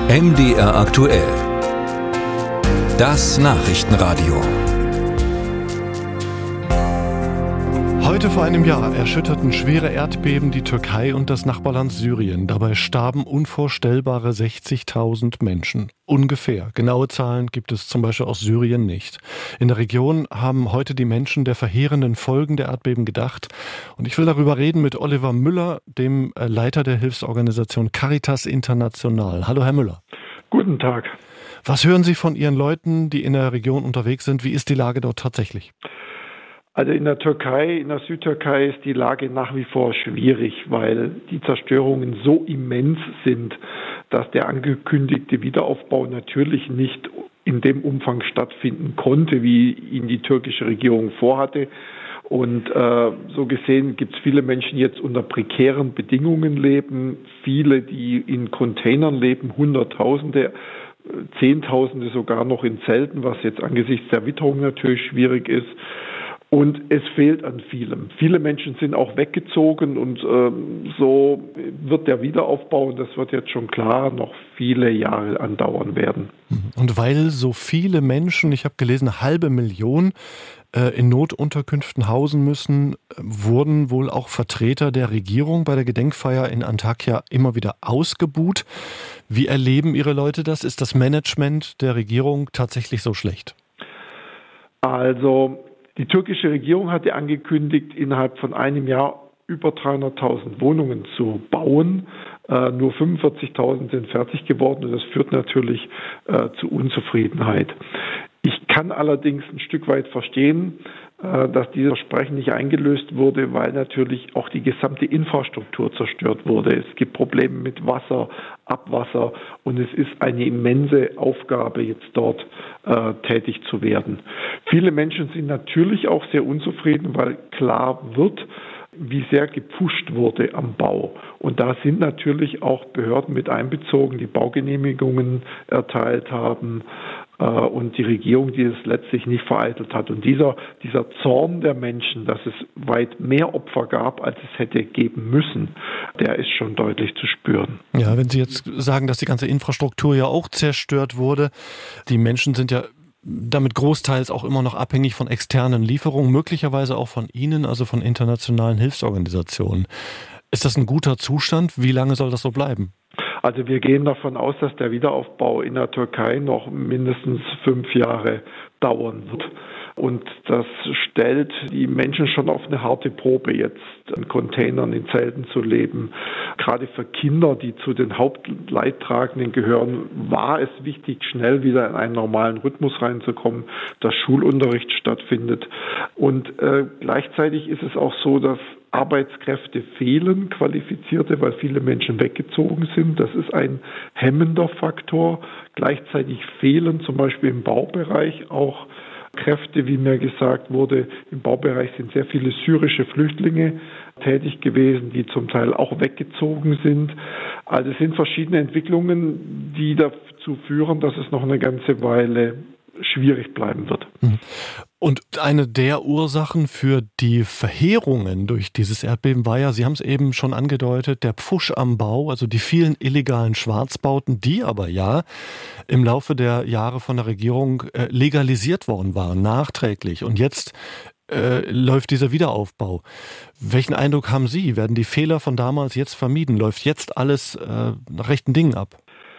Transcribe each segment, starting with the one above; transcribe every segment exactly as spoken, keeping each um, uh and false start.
M D R aktuell. Das Nachrichtenradio. Heute vor einem Jahr erschütterten schwere Erdbeben die Türkei und das Nachbarland Syrien. Dabei starben unvorstellbare sechzigtausend Menschen. Ungefähr. Genaue Zahlen gibt es zum Beispiel aus Syrien nicht. In der Region haben heute die Menschen der verheerenden Folgen der Erdbeben gedacht. Und ich will darüber reden mit Oliver Müller, dem Leiter der Hilfsorganisation Caritas International. Hallo, Herr Müller. Guten Tag. Was hören Sie von Ihren Leuten, die in der Region unterwegs sind? Wie ist die Lage dort tatsächlich? Also in der Türkei, in der Südtürkei ist die Lage nach wie vor schwierig, weil die Zerstörungen so immens sind, dass der angekündigte Wiederaufbau natürlich nicht in dem Umfang stattfinden konnte, wie ihn die türkische Regierung vorhatte. Und äh, so gesehen gibt es viele Menschen, die jetzt unter prekären Bedingungen leben, viele, die in Containern leben, Hunderttausende, Zehntausende sogar noch in Zelten, was jetzt angesichts der Witterung natürlich schwierig ist. Und es fehlt an vielem. Viele Menschen sind auch weggezogen und ähm, so wird der Wiederaufbau, und das wird jetzt schon klar, noch viele Jahre andauern werden. Und weil so viele Menschen, ich habe gelesen, eine halbe Million äh, in Notunterkünften hausen müssen, wurden wohl auch Vertreter der Regierung bei der Gedenkfeier in Antakya immer wieder ausgebuht. Wie erleben Ihre Leute das? Ist das Management der Regierung tatsächlich so schlecht? Also die türkische Regierung hatte angekündigt, innerhalb von einem Jahr über dreihunderttausend Wohnungen zu bauen. Äh, nur fünfundvierzigtausend sind fertig geworden und das führt natürlich äh, zu Unzufriedenheit. Ich kann allerdings ein Stück weit verstehen, äh, dass dieses Versprechen nicht eingelöst wurde, weil natürlich auch die gesamte Infrastruktur zerstört wurde. Es gibt Probleme mit Wasser, Abwasser und es ist eine immense Aufgabe, jetzt dort äh, tätig zu werden. Viele Menschen sind natürlich auch sehr unzufrieden, weil klar wird, wie sehr gepfuscht wurde am Bau. Und da sind natürlich auch Behörden mit einbezogen, die Baugenehmigungen erteilt haben äh, und die Regierung, die es letztlich nicht vereitelt hat. Und dieser, dieser Zorn der Menschen, dass es weit mehr Opfer gab, als es hätte geben müssen, der ist schon deutlich zu spüren. Ja, wenn Sie jetzt sagen, dass die ganze Infrastruktur ja auch zerstört wurde, die Menschen sind ja damit großteils auch immer noch abhängig von externen Lieferungen, möglicherweise auch von Ihnen, also von internationalen Hilfsorganisationen. Ist das ein guter Zustand? Wie lange soll das so bleiben? Also wir gehen davon aus, dass der Wiederaufbau in der Türkei noch mindestens fünf Jahre dauern wird. Und das stellt die Menschen schon auf eine harte Probe, jetzt in Containern, in Zelten zu leben. Gerade für Kinder, die zu den Hauptleidtragenden gehören, war es wichtig, schnell wieder in einen normalen Rhythmus reinzukommen, dass Schulunterricht stattfindet. Und äh, gleichzeitig ist es auch so, dass Arbeitskräfte fehlen, qualifizierte, weil viele Menschen weggezogen sind. Das ist ein hemmender Faktor. Gleichzeitig fehlen zum Beispiel im Baubereich auch Kräfte, wie mir gesagt wurde. Im Baubereich sind sehr viele syrische Flüchtlinge tätig gewesen, die zum Teil auch weggezogen sind. Also es sind verschiedene Entwicklungen, die dazu führen, dass es noch eine ganze Weile schwierig bleiben wird. Und eine der Ursachen für die Verheerungen durch dieses Erdbeben war ja, Sie haben es eben schon angedeutet, der Pfusch am Bau, also die vielen illegalen Schwarzbauten, die aber ja im Laufe der Jahre von der Regierung äh, legalisiert worden waren, nachträglich. Und jetzt äh, läuft dieser Wiederaufbau. Welchen Eindruck haben Sie? Werden die Fehler von damals jetzt vermieden? Läuft jetzt alles äh, nach rechten Dingen ab?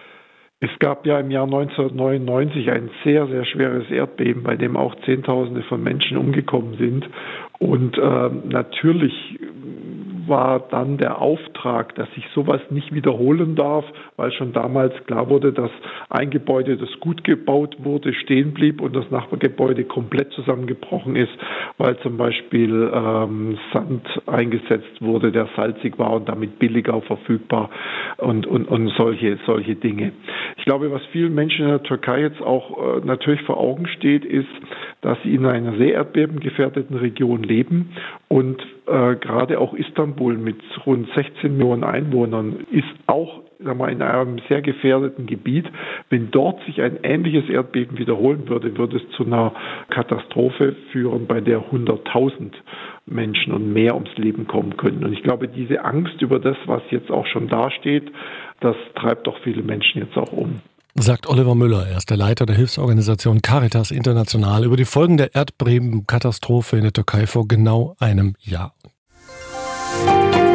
Es gab ja im Jahr neunzehnhundertneunundneunzig ein sehr, sehr schweres Erdbeben, bei dem auch Zehntausende von Menschen umgekommen sind. Und äh, natürlich war dann der Auftrag, dass sich sowas nicht wiederholen darf, weil schon damals klar wurde, dass ein Gebäude, das gut gebaut wurde, stehen blieb und das Nachbargebäude komplett zusammengebrochen ist, weil zum Beispiel ähm, Sand eingesetzt wurde, der salzig war und damit billiger verfügbar und, und, und solche, solche Dinge. Ich glaube, was vielen Menschen in der Türkei jetzt auch äh, natürlich vor Augen steht, ist, dass sie in einer sehr erdbebengefährdeten Region leben und äh, gerade auch Istanbul mit rund sechzehn Millionen Einwohnern ist auch sagen wir, in einem sehr gefährdeten Gebiet. Wenn dort sich ein ähnliches Erdbeben wiederholen würde, würde es zu einer Katastrophe führen, bei der hunderttausend Menschen und mehr ums Leben kommen können. Und ich glaube, diese Angst über das, was jetzt auch schon dasteht, das treibt doch viele Menschen jetzt auch um. Sagt Oliver Müller, er ist der Leiter der Hilfsorganisation Caritas International über die Folgen der Erdbebenkatastrophe in der Türkei vor genau einem Jahr.